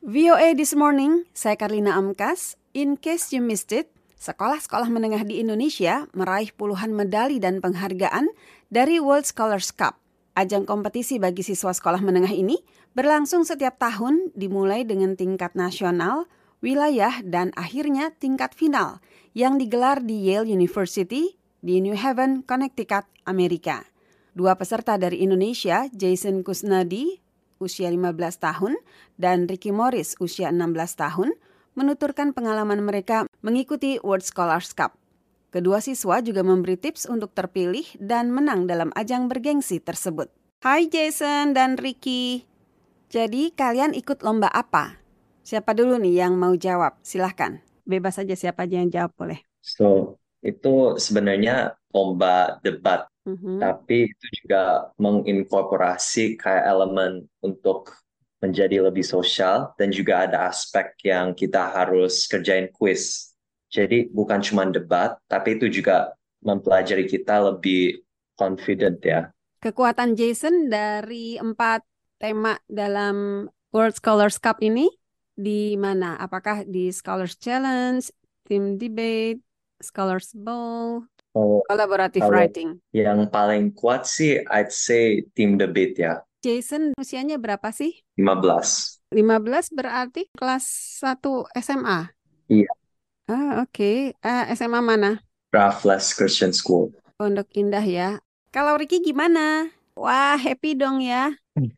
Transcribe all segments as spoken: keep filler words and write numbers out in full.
V O A This Morning, saya Karlina Amkas. In case you missed it, sekolah-sekolah menengah di Indonesia meraih puluhan medali dan penghargaan dari World Scholars Cup. Ajang kompetisi bagi siswa sekolah menengah ini berlangsung setiap tahun dimulai dengan tingkat nasional, wilayah, dan akhirnya tingkat final yang digelar di Yale University di New Haven, Connecticut, Amerika. Dua peserta dari Indonesia, Jason Kusnadi, usia lima belas tahun, dan Ricky Morris, usia enam belas tahun, menuturkan pengalaman mereka mengikuti World Scholars Cup. Kedua siswa juga memberi tips untuk terpilih dan menang dalam ajang bergengsi tersebut. Hai Jason dan Ricky. Jadi kalian ikut lomba apa? Siapa dulu nih yang mau jawab? Silahkan. Bebas aja siapa aja yang jawab boleh. So, itu sebenarnya lomba debat, Mhm. tapi itu juga menginkorporasi kayak elemen untuk menjadi lebih sosial dan juga ada aspek yang kita harus kerjain quiz. Jadi bukan cuma debat, tapi itu juga mempelajari kita lebih confident ya. Kekuatan Jason dari empat tema dalam World Scholars Cup ini di mana? Apakah di Scholars Challenge, Team Debate, Scholars Bowl, Oh, Collaborative kalau Writing? yang paling kuat sih, I'd say team debate ya, Jason usianya berapa sih? lima belas. lima belas berarti kelas satu S M A? Iya, Ah, oke. Ah, S M A mana? Raffles Christian School. Pondok Indah ya. Kalau Ricky gimana? Wah, happy dong ya.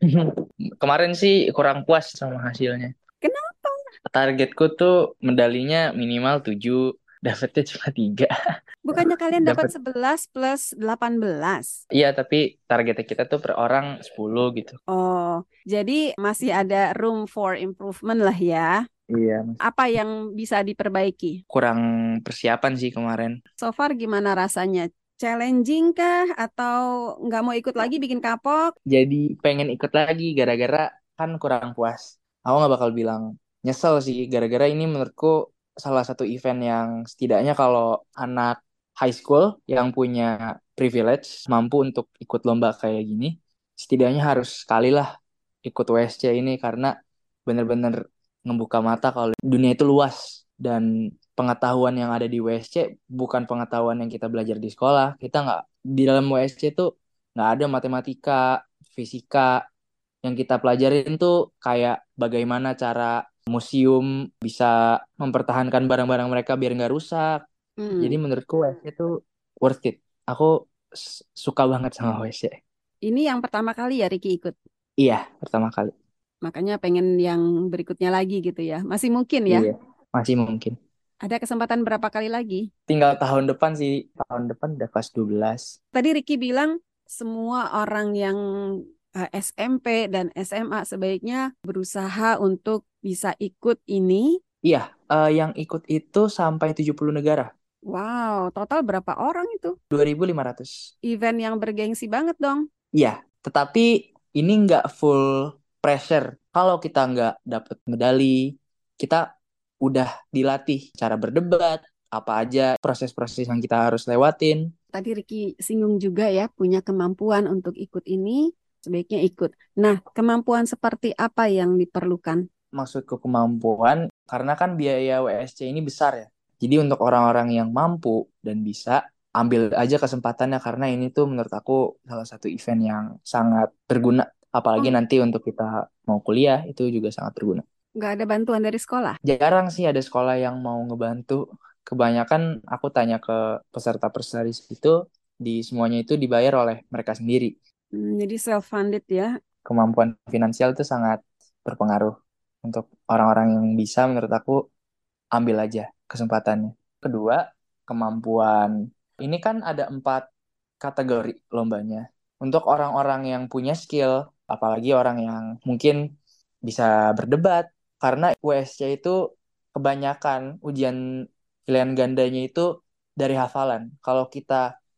Kemarin sih kurang puas sama hasilnya. Kenapa? Targetku tuh medalinya minimal tujuh, dapetnya cuma tiga. Bukannya kalian dapat Dapat. sebelas plus delapan belas? Iya, tapi targetnya kita tuh per orang sepuluh gitu. Oh, jadi masih ada room for improvement lah ya. Iya, Apa yang bisa diperbaiki? kurang persiapan sih kemarin. So far gimana rasanya? Challenging kah? Atau nggak mau ikut lagi bikin kapok? Jadi pengen ikut lagi gara-gara kan kurang puas. Aku nggak bakal bilang nyesel sih gara-gara ini menurutku salah satu event yang setidaknya kalau anak high school yang punya privilege mampu untuk ikut lomba kayak gini, setidaknya harus sekali lah ikut W S C ini karena bener-bener ngebuka mata kalau dunia itu luas dan pengetahuan yang ada di W S C bukan pengetahuan yang kita belajar di sekolah. Kita nggak di dalam W S C tuh nggak ada matematika, fisika yang kita pelajarin tuh kayak bagaimana cara museum bisa mempertahankan barang-barang mereka biar nggak rusak. Jadi Hmm, menurutku W S C tuh worth it. Aku s- suka banget sama W S C. ini yang pertama kali ya Ricky ikut. Iya, pertama kali. Makanya pengen yang berikutnya lagi gitu ya. Masih mungkin ya. Iya, masih mungkin. Ada kesempatan berapa kali lagi? Tinggal tahun depan sih. Tahun depan udah kelas dua belas. Tadi Ricky bilang semua orang yang eh, S M P dan S M A sebaiknya berusaha untuk bisa ikut ini. Iya, eh, yang ikut itu sampai tujuh puluh negara. Wow, total berapa orang itu? Dua ribu lima ratus. Event yang bergengsi banget dong. Iya, tetapi ini nggak full pressure. Kalau kita nggak dapet medali, kita udah dilatih cara berdebat, apa aja proses-proses yang kita harus lewatin. Tadi Ricky singgung juga ya, punya kemampuan untuk ikut ini, sebaiknya ikut. Nah, kemampuan seperti apa yang diperlukan? Maksudku kemampuan, karena kan biaya W S C ini besar ya. Jadi untuk orang-orang yang mampu dan bisa, ambil aja kesempatannya karena ini tuh menurut aku salah satu event yang sangat berguna. Apalagi Oh, nanti untuk kita mau kuliah, itu juga sangat berguna. nggak ada bantuan dari sekolah? Jarang sih ada sekolah yang mau ngebantu. Kebanyakan aku tanya ke peserta-peserta di situ, di semuanya itu dibayar oleh mereka sendiri. Hmm, jadi self-funded ya. Kemampuan finansial itu sangat berpengaruh. Untuk orang-orang yang bisa, menurut aku, ambil aja kesempatannya. Kedua, kemampuan. Ini kan ada empat kategori lombanya. Untuk orang-orang yang punya skill, apalagi orang yang mungkin bisa berdebat, karena W S C itu kebanyakan ujian pilihan gandanya itu dari hafalan. Kalau kita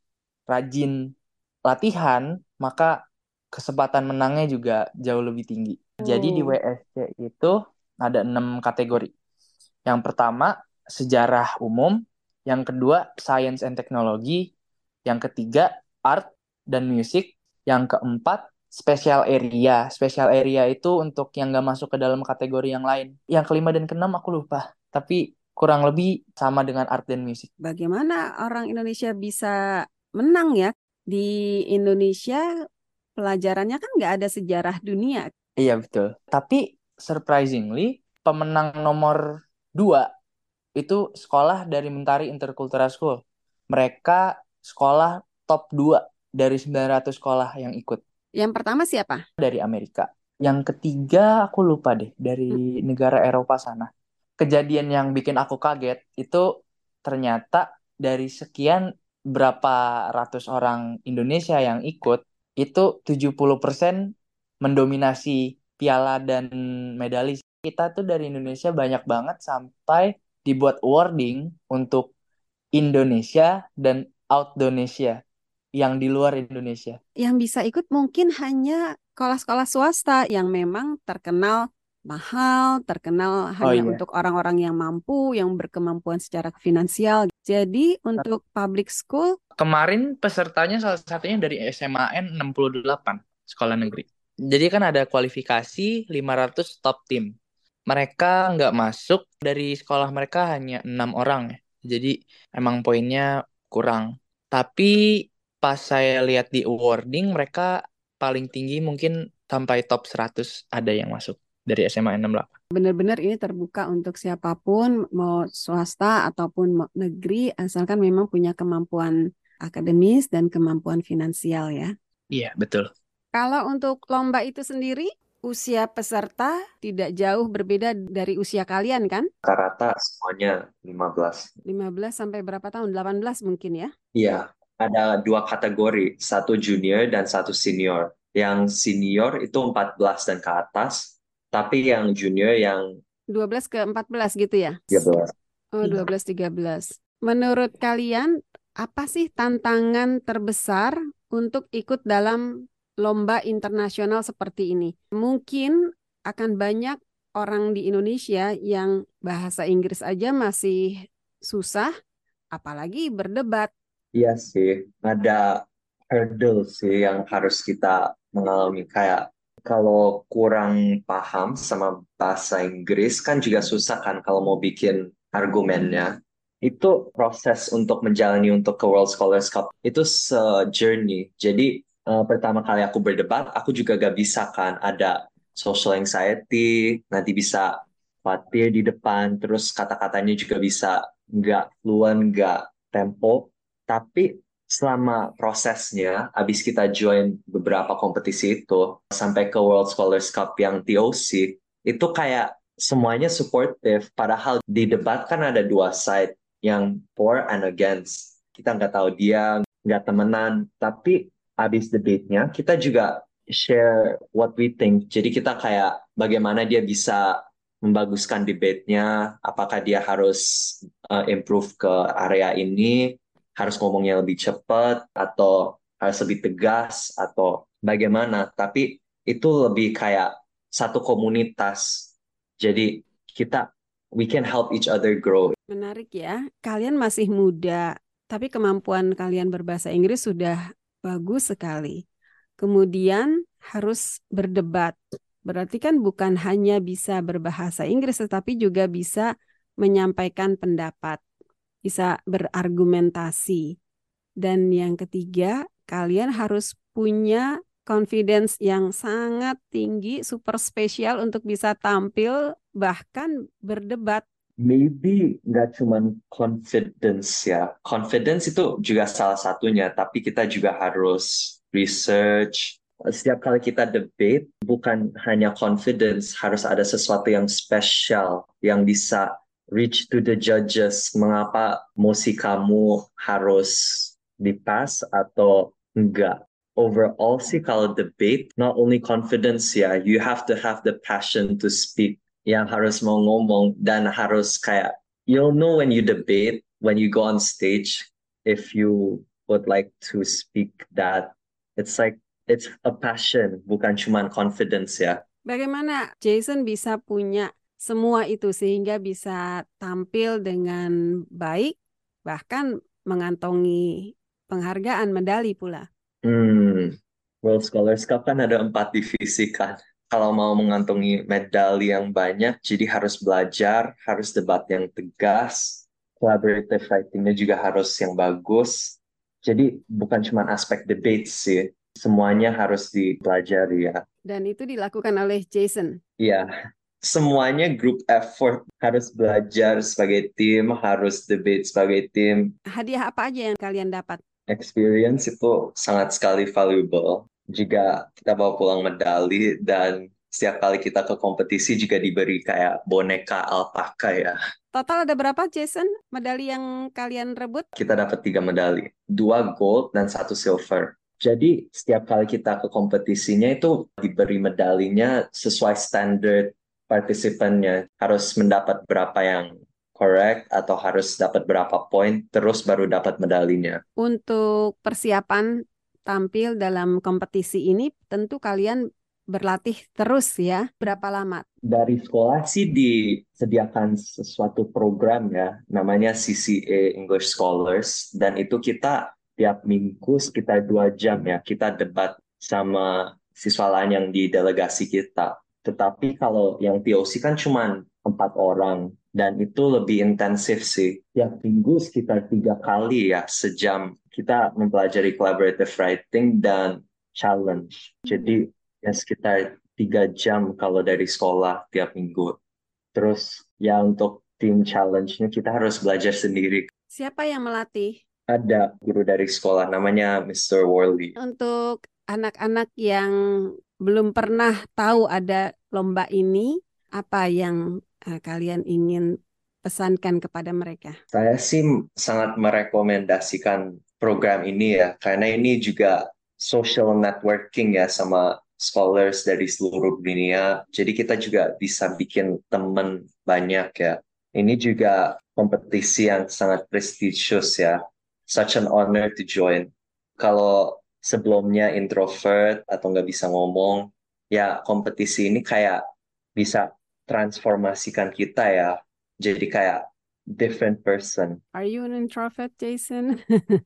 rajin latihan, maka kesempatan menangnya juga jauh lebih tinggi. Jadi di Oh, W S C itu ada enam kategori. Yang pertama, sejarah umum. Yang kedua, science and technology. Yang ketiga, art dan music. Yang keempat, special area. Special area itu untuk yang nggak masuk ke dalam kategori yang lain. Yang kelima dan keenam aku lupa. Tapi kurang lebih sama dengan art dan musik. Bagaimana orang Indonesia bisa menang ya? Di Indonesia pelajarannya kan nggak ada sejarah dunia. Iya betul. Tapi surprisingly, pemenang nomor dua itu sekolah dari Mentari Intercultural School. Mereka sekolah top dua dari sembilan ratus sekolah yang ikut. Yang pertama siapa? Dari Amerika. Yang ketiga aku lupa deh, dari negara Eropa sana. Kejadian yang bikin aku kaget itu ternyata dari sekian berapa ratus orang Indonesia yang ikut, itu tujuh puluh persen mendominasi piala dan medali. Kita tuh dari Indonesia banyak banget sampai dibuat awarding untuk Indonesia dan Outdonesia yang di luar Indonesia. Yang bisa ikut mungkin hanya sekolah-sekolah swasta yang memang terkenal mahal, terkenal Oh hanya iya. untuk orang-orang yang mampu, yang berkemampuan secara finansial. Jadi untuk public school, Kemarin pesertanya salah satunya dari S M A N enam puluh delapan, sekolah negeri. Jadi kan ada kualifikasi lima ratus top tim. Mereka nggak masuk, dari sekolah mereka hanya enam orang ya. Jadi emang poinnya kurang. Tapi pas saya lihat di awarding, mereka paling tinggi mungkin sampai top seratus ada yang masuk dari S M A N enam puluh delapan. benar-benar ini terbuka untuk siapapun, mau swasta ataupun mau negeri, asalkan memang punya kemampuan akademis dan kemampuan finansial ya. Iya, betul. Kalau untuk lomba itu sendiri, usia peserta tidak jauh berbeda dari usia kalian kan? Rata-rata semuanya lima belas. lima belas sampai berapa tahun? delapan belas mungkin ya? Iya, ada dua kategori, satu junior dan satu senior. Yang senior itu empat belas dan ke atas, tapi yang junior yang dua belas ke empat belas gitu ya? tiga belas. Oh, dua belas tiga belas. Menurut kalian, apa sih tantangan terbesar untuk ikut dalam lomba internasional seperti ini? Mungkin akan banyak orang di Indonesia yang bahasa Inggris aja masih susah, apalagi berdebat. Iya sih, ada hurdle sih yang harus kita mengalami. Kayak kalau kurang paham sama bahasa Inggris kan juga susah kan kalau mau bikin argumennya. Itu proses untuk menjalani untuk ke World Scholars Cup itu se-journey. Jadi eh, pertama kali aku berdebat, aku juga gak bisa kan ada social anxiety, nanti bisa khawatir di depan, terus kata-katanya juga bisa nggak fluent, nggak tempo. Tapi selama prosesnya, habis kita join beberapa kompetisi itu, sampai ke World Scholars Cup yang T O C, itu kayak semuanya supportive. Padahal di debat kan ada dua side, yang for and against. Kita nggak tahu dia, nggak temenan. Tapi habis debate-nya, kita juga share what we think. Jadi kita kayak bagaimana dia bisa membaguskan debate-nya, apakah dia harus uh, improve ke area ini, harus ngomongnya lebih cepat atau harus lebih tegas atau bagaimana. Tapi itu lebih kayak satu komunitas. Jadi kita we can help each other grow. Menarik ya, kalian masih muda, tapi kemampuan kalian berbahasa Inggris sudah bagus sekali. Kemudian harus berdebat. Berarti kan bukan hanya bisa berbahasa Inggris, tetapi juga bisa menyampaikan pendapat, bisa berargumentasi. Dan yang ketiga, kalian harus punya confidence yang sangat tinggi, super spesial untuk bisa tampil, bahkan berdebat. Maybe nggak cuma confidence ya. Confidence itu juga salah satunya, tapi kita juga harus research. Setiap kali kita debate, bukan hanya confidence, harus ada sesuatu yang spesial, yang bisa reach to the judges. Mengapa mosi kamu harus dipas atau enggak? Overall sih kalau debate, not only confidence ya, you have to have the passion to speak, yang harus mau ngomong dan harus kayak you'll know when you debate, when you go on stage, if you would like to speak that it's like it's a passion, bukan cuma confidence ya. Bagaimana Jason bisa punya semua itu sehingga bisa tampil dengan baik, bahkan mengantongi penghargaan medali pula? Hmm, World Scholars Cup kan ada empat divisi kan. Kalau mau mengantongi medali yang banyak, jadi harus belajar, harus debat yang tegas, collaborative writing-nya juga harus yang bagus. Jadi bukan cuma aspek debate sih, semuanya harus dipelajari ya. Dan itu dilakukan oleh Jason. Iya, semuanya group effort, harus belajar sebagai tim, harus debate sebagai tim. Hadiah apa aja yang kalian dapat? Experience itu sangat sekali valuable. Jika kita bawa pulang medali dan setiap kali kita ke kompetisi juga diberi kayak boneka alpaka ya. Total ada berapa, Jason, medali yang kalian rebut? Kita dapat tiga medali, dua gold dan satu silver. Jadi setiap kali kita ke kompetisinya itu diberi medalinya sesuai standar partisipannya. Harus mendapat berapa yang correct atau harus dapat berapa poin, terus baru dapat medalinya. Untuk persiapan tampil dalam kompetisi ini, tentu kalian berlatih terus ya. Berapa lama? Dari sekolah sih disediakan sesuatu program ya, namanya C C A English Scholars, dan itu kita tiap minggu sekitar dua jam ya, kita debat sama siswa lain yang di delegasi kita. Tetapi kalau yang T O C kan cuma empat orang, dan itu lebih intensif sih. Tiap minggu sekitar tiga kali ya, sejam kita mempelajari collaborative writing dan challenge. Jadi ya sekitar tiga jam kalau dari sekolah tiap minggu. Terus ya untuk tim challenge-nya kita harus belajar sendiri. Siapa yang melatih? Ada guru dari sekolah namanya mister Worley. Untuk anak-anak yang belum pernah tahu ada lomba ini, apa yang uh, kalian ingin pesankan kepada mereka? Saya sih sangat merekomendasikan program ini ya, karena ini juga social networking ya sama scholars dari seluruh dunia. Jadi kita juga bisa bikin teman banyak ya. Ini juga kompetisi yang sangat prestigious ya. Such an honor to join. Kalau sebelumnya introvert atau nggak bisa ngomong, ya kompetisi ini kayak bisa transformasikan kita ya. Jadi kayak different person. Are you an introvert, Jason?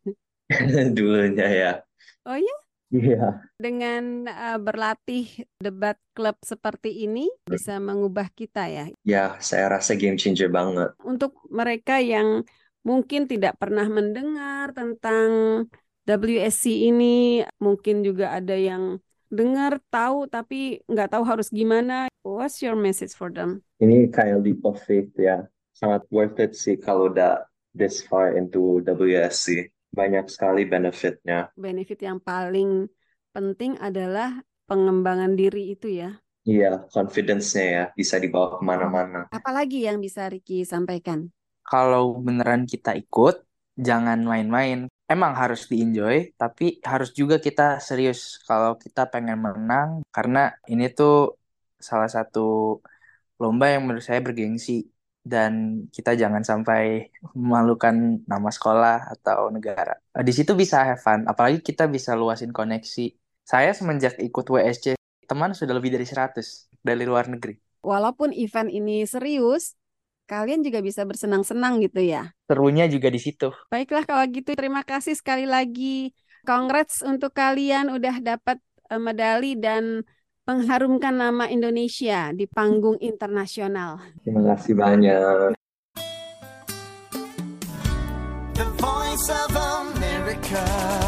Dulunya ya. Oh ya? Iya. Dengan uh, berlatih debat klub seperti ini bisa mengubah kita ya. Ya, saya rasa game changer banget. Untuk mereka yang mungkin tidak pernah mendengar tentang W S C ini, mungkin juga ada yang dengar, tahu, tapi nggak tahu harus gimana. What's your message for them? Ini kayak leap of faith ya. Sangat worth it sih kalau udah this far into W S C. Banyak sekali benefitnya. Benefit yang paling penting adalah pengembangan diri itu ya. Iya, confidence-nya ya bisa dibawa kemana-mana. Apalagi yang bisa Ricky sampaikan? Kalau beneran kita ikut, jangan main-main. Emang harus di-enjoy, tapi harus juga kita serius kalau kita pengen menang. Karena ini tuh salah satu lomba yang menurut saya bergengsi. Dan kita jangan sampai memalukan nama sekolah atau negara. Di situ bisa have fun, apalagi kita bisa luasin koneksi. Saya semenjak ikut W S C, teman sudah lebih dari seratus dari luar negeri. Walaupun event ini serius, kalian juga bisa bersenang-senang gitu ya. Serunya juga di situ. Baiklah kalau gitu, terima kasih sekali lagi. Congrats untuk kalian udah dapat uh, medali dan mengharumkan nama Indonesia di panggung internasional. Terima kasih banyak. The Voice of America.